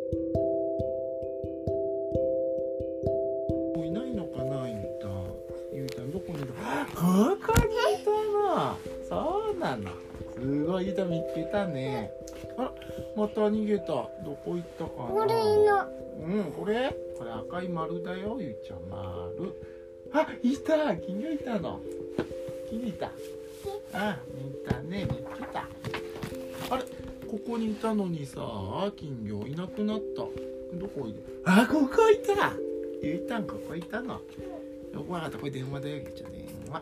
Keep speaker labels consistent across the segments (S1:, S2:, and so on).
S1: いないのかな、ゆうたんどこにいる？ここにいたの。そうなの。すごい、ゆうた見つけたね。あら、また逃げた。どこ行ったかな。
S2: これの。
S1: これ赤い丸だよ、ゆうちゃん。丸。あ、いた。金魚いたの。金魚いた。あ、見たね、見つけた。あれ、ここにいたのにさ、金魚いなくなった。どこいる？あ、ここいた。ゆうたん、ここいたの。よくわかった。これ電話だよ、ゆうちゃん。電話。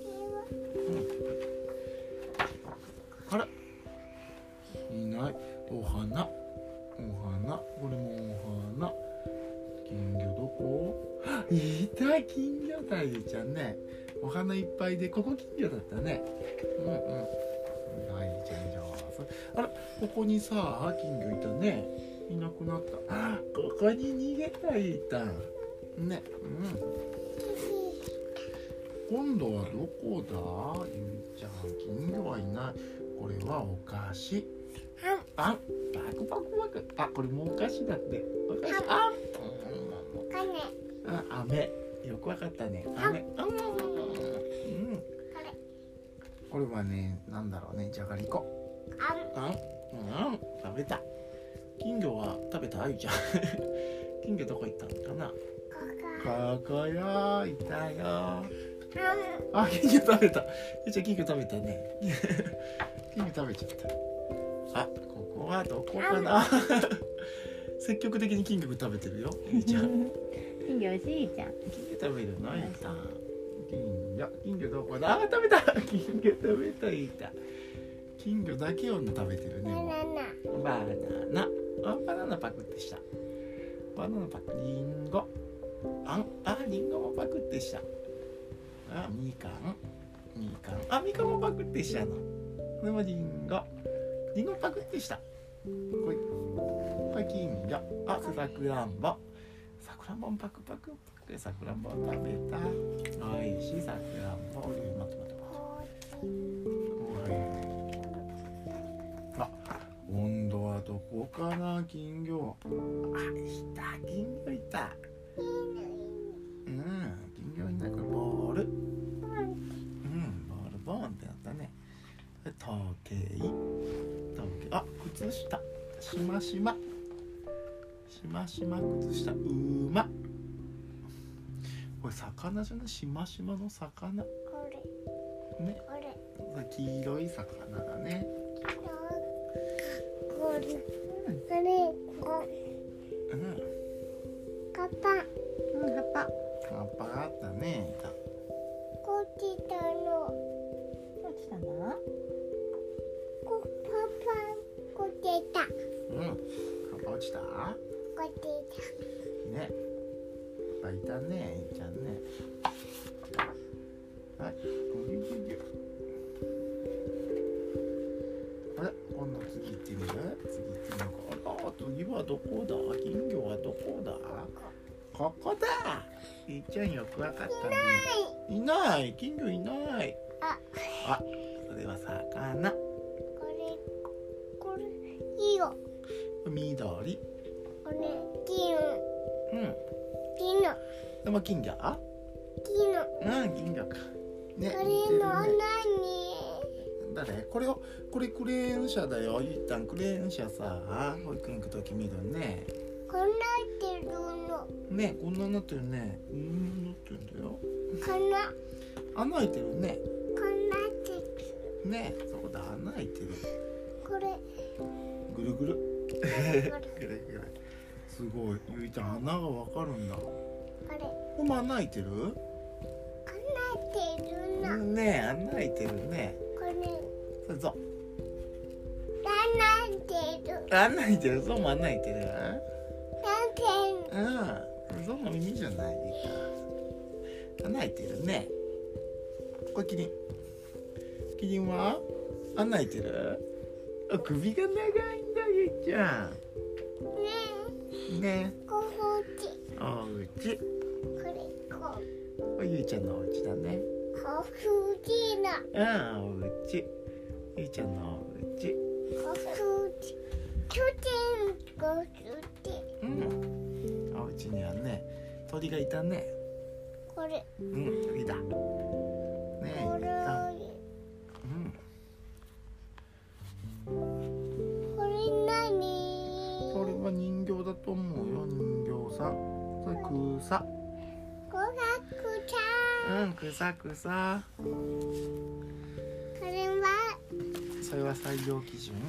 S1: あら、いない。お花。これもお花。金魚どこ？いた、金魚だ、ゆうちゃんね。お花いっぱいで、ここ金魚だったね。はい、じゃん上手。あら、ここにさ、金魚いたね。いなくなった。あ、ここに逃げた、ゆうたん。ね、今度はどこだ、ゆうちゃん。金魚はいない。これはお菓子。あん、パクパクパク。あ、これもお菓子だって。お菓子。あん。飴。よくわかったね。飴。これはね、なんだろうね。じゃがりこ。食べた。金魚は食べた？あゆちゃん。金魚どこ行ったのかな。ここよ、いたよ。あ、金魚食べた。ゆうちゃん、金魚食べたね。金魚食べちゃった。あ、ここはどこかな。積極的に金魚食べてるよ、ゆうちゃん。
S2: 金魚おいしいじゃん。
S1: 金魚食べるの、ゆうちゃん。金魚どこだ。あ、食べた。金魚食べた、ゆうちゃん。金魚だけを食べてるね。バナナ。バナナパクってした。バナナパク。リンゴ。リンゴもパクってした。みかん。みかんもパクってしたの。これもリンゴパクってした。これ金魚。さくらんぼ。さくらんぼもパクパク。さくらんぼ食べた。おいしいさくらんぼ。待って。今度はどこかな、金魚。いた、金魚いた。金魚いない。これボール。ボーンってなったね。時計。靴下。しましま靴下。馬。これ魚じゃない？しましまの魚。ね。黄色い魚だね。葉っぱがあったね。
S2: こっちだの。こっちだ。
S1: 葉っぱ落ちた？
S2: こっち
S1: ね。いっぱいいたね、ゆうちゃんね。はい。あれ、今度次行ってみる？次はどこだ？金魚はどこだ？ここだ。ゆうちゃんよくわかったね。いない。金魚いない。それは魚。
S2: これ色。
S1: 緑。
S2: これ金。
S1: でも金魚？金魚か。ね。
S2: これの何？
S1: 誰？これクレーン車だよ。ゆうたん、クレーン車さ、保育園行くとき見るね。
S2: こんなってるの。
S1: ね、こんなになってるね。こんなになってるんだよ。穴開いてるね。
S2: こんなってる。
S1: ね、そうだ、穴開いてる。
S2: これ。
S1: ぐるぐる。ぐるぐる。すごい、ゆいちゃん、穴がわかるんだ。これも穴開いてる？
S2: 穴開いてるの。
S1: ね、穴開いてるね。
S2: これ。
S1: そう。
S2: 穴開いてる。
S1: 穴開いてる。そうも穴開いてる。ゾウの耳じゃないか。穴開いてるね。これキリン。キリンは穴開いてる？首が長いんだ、ゆいちゃん。ね。おうち。これゆいちゃんのおうちだね。
S2: おうち。
S1: おうち。ゆいちゃんのおうち。 うん。あ、うちにはね、鳥がいたね。
S2: これ。
S1: うん、鳥だ。ねえ、
S2: これ。
S1: うん。
S2: これ何？
S1: これは人形だと思うよ、人形さん。それ草。
S2: これ草。
S1: うん、草。
S2: これは？
S1: それは採用基準。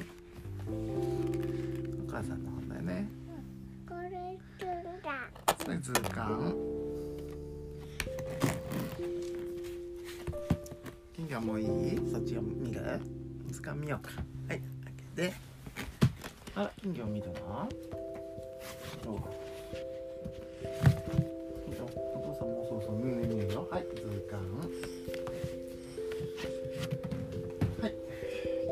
S1: お母さんの本だよね。
S2: これ図鑑。
S1: それ図鑑。金魚もういい？そっちを見る？図鑑見ようか。はい、開けて。あ、金魚見るの？お父さんもそう見るよ。はい、図鑑。はい、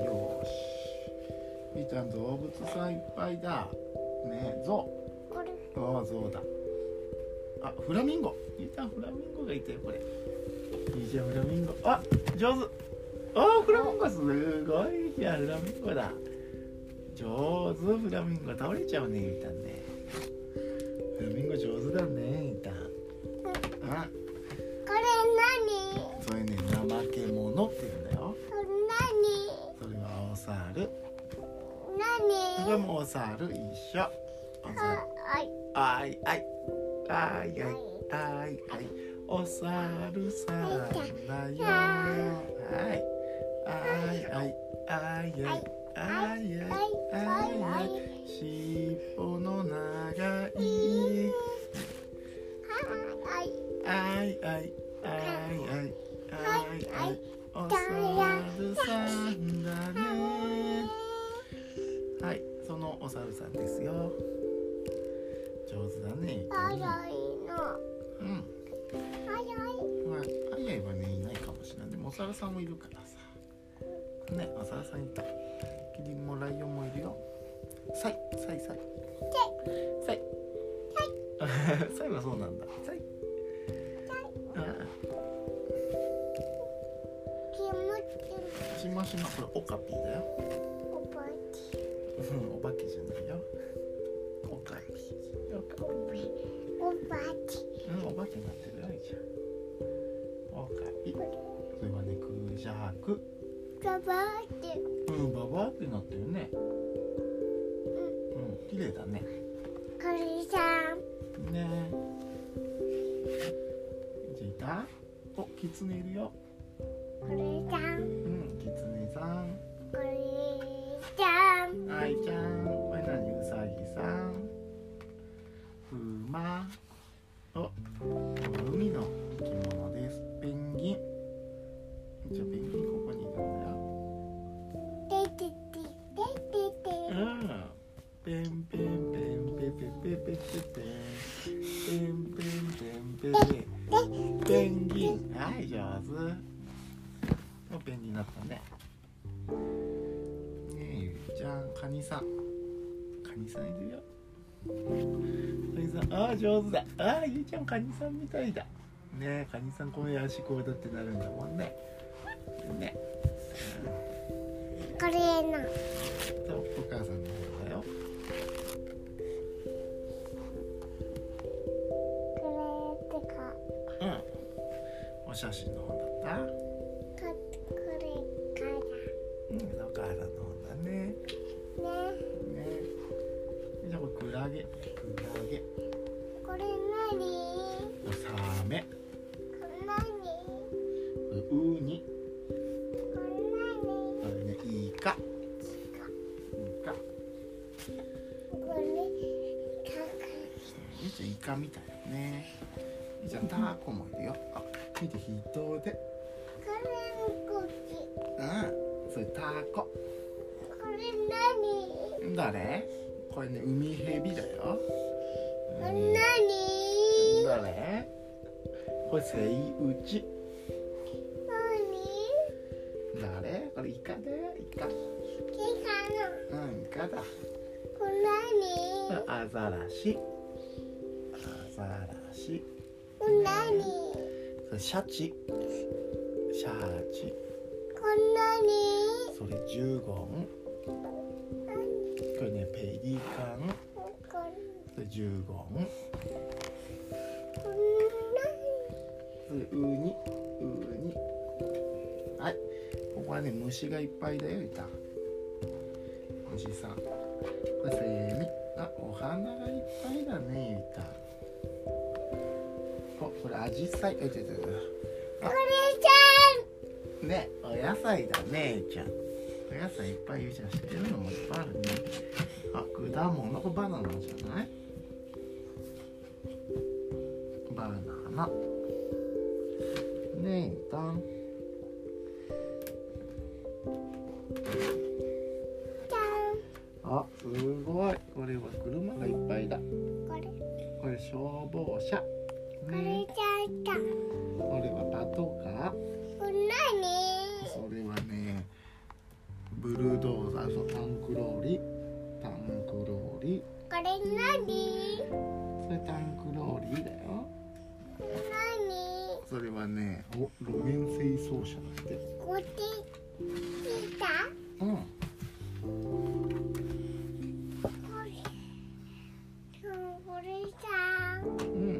S1: よーし。みーちゃん動物さんいっぱいだ。ね、ゾウ。
S2: これ。
S1: ゾウだ。あ、フラミンゴ。みーちゃんフラミンゴがいたよこれ。いいじゃんフラミンゴ。あ、上手。あ、フラミンゴすごいじゃんフラミンゴだ。上手フラミンゴ倒れちゃうねみーたんね。フラミンゴ上手だねみーたん。あ、
S2: これ何？
S1: それね、怠け者って言うんだよ。
S2: 何？
S1: それはお猿。
S2: 何？
S1: これもお猿一緒。お猿。あい。お猿さんだよ。はい。尻尾の長い。お猿さんだね。はい、そのお猿さんですよ。上手だね。
S2: 早いの。
S1: うん。まあ、あやいはね、いないかもしれない。でもお猿さんもいるからさ。ね、お猿さんいた。キリンもライオンもいるよ。サイはそうなんだ。サイ。しましま、これオカピーだよ。お化けじゃないよ。オカピー。お化けになってるよ。いいじゃん。オカピ。それはね、クジャク。ババアってなってるね。綺麗だね。
S2: これさん。
S1: ねえ。じゃあいた？お、キツネいるよ。
S2: これさん。
S1: キツネさん。
S2: これさん。
S1: あいちゃん。これ何？うさぎさん。馬。お、海の生き物です。ペンギン。じゃあペンギンここにいるんだよ。ペンペンペンペペペペペペペンペンペンペペペンギン。はい、上手。もうペンギンになったね。ねえ、ゆりちゃん、カニさんいるよ。カニさん、ああ上手だ。ああゆりちゃんカニさんみたいだ。ねえ、カニさんこういう足こうだってなるんだもんね。ね。
S2: これの。
S1: そう、お母さんの方だよ。お写真の本だった。
S2: これから。
S1: お母さんの本だね。ね。じゃあこれクラゲ。
S2: これ何？
S1: サメ。
S2: これ何？
S1: ウニ。
S2: これ何？
S1: これね、イカ。
S2: これ
S1: イカみたいだね。じゃあタコもいるよ。あ、見て、人で。
S2: これのこっち。
S1: それタコ。
S2: これ何？
S1: 誰？これね、ウミヘビだよ。
S2: これ何？
S1: 誰？これセイウチ。
S2: 何？
S1: 誰？これイカだよ、イカ。イカだ。
S2: これ何？
S1: アザラシ。
S2: これ何？
S1: それシャチ。
S2: これ何？
S1: それジュゴン。これね、ペペリカン、ジュゴン、ウニ。はい、ここはね虫がいっぱいだよ。いた虫さん。これセミ。あ、お花がいっぱいだね。いた。これアジサイ。これちゃんね、お野菜だね。ちゃんお野菜いっぱいいるじゃん。知ってるのもいっぱいあるね。あ、果物。これバナナじゃない？バナナねえたん。あ、すごい。これは車がいっぱいだ。これ消防車、ね、これはパトカー。それはねブルドーザー。タンクローリー。
S2: これ何？
S1: それタンクローリーだよ。それはね路面清掃車だって。
S2: こっち来た？
S1: うん。
S2: これじゃん。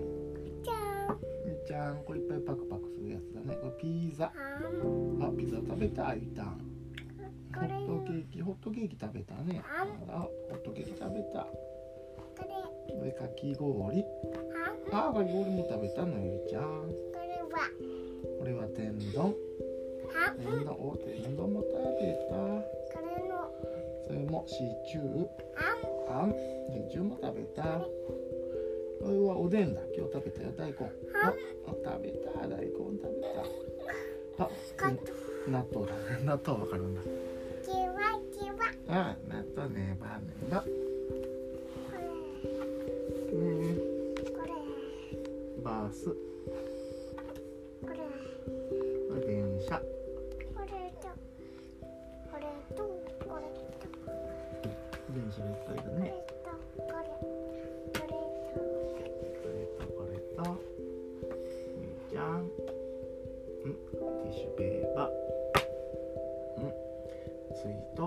S1: じゃん。これいっぱいパクパクするやつだね。これピザ。あ、ピザ食べた。いたん。ホットケーキ食べたね。ホットケーキ食べた。これかき氷。あ、かき氷も食べたの。ゆいちゃん。これは天丼。天丼も食べた。それもシチュー。シチューも食べた。これはおでんだ。今日食べたよ。大根。食べた。大根食べた。納豆だね。納豆わかるんだ。納豆ね。バス。電車。電車がいっぱいだね。みーちゃん。ティッシュペーパー。水筒。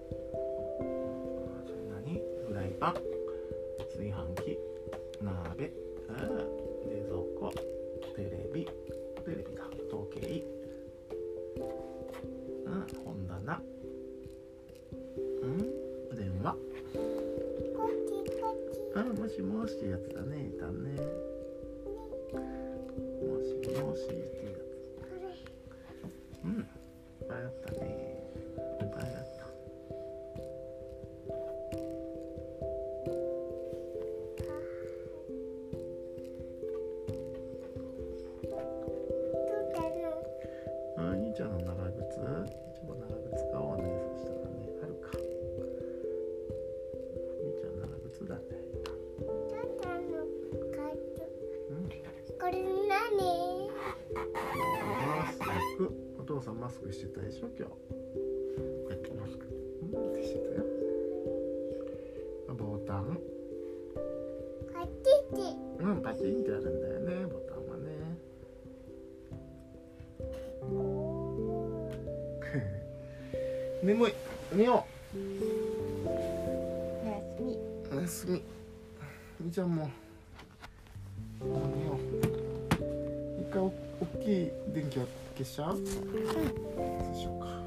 S1: それ何？フライパン。炊飯器。鍋。冷蔵庫。テレビだ。時計。本棚。電話。もしもしってやつだね。いたね。もしもしっていうやつ。いっぱいあったね。いっぱいあった。兄ちゃんの長靴？一番長靴買おうね。そしたらね、あるか。兄ちゃん長靴だね。
S2: これ何？
S1: マスク。お父さんマスクしてたでしょ今日。マスクってしてたよ。ボタン。パチンってあるんだよね。ボタンはね。眠い。寝よう。おやすみ。みーちゃんも寝よう。一回大きい電気は消しちゃう？そうしようか。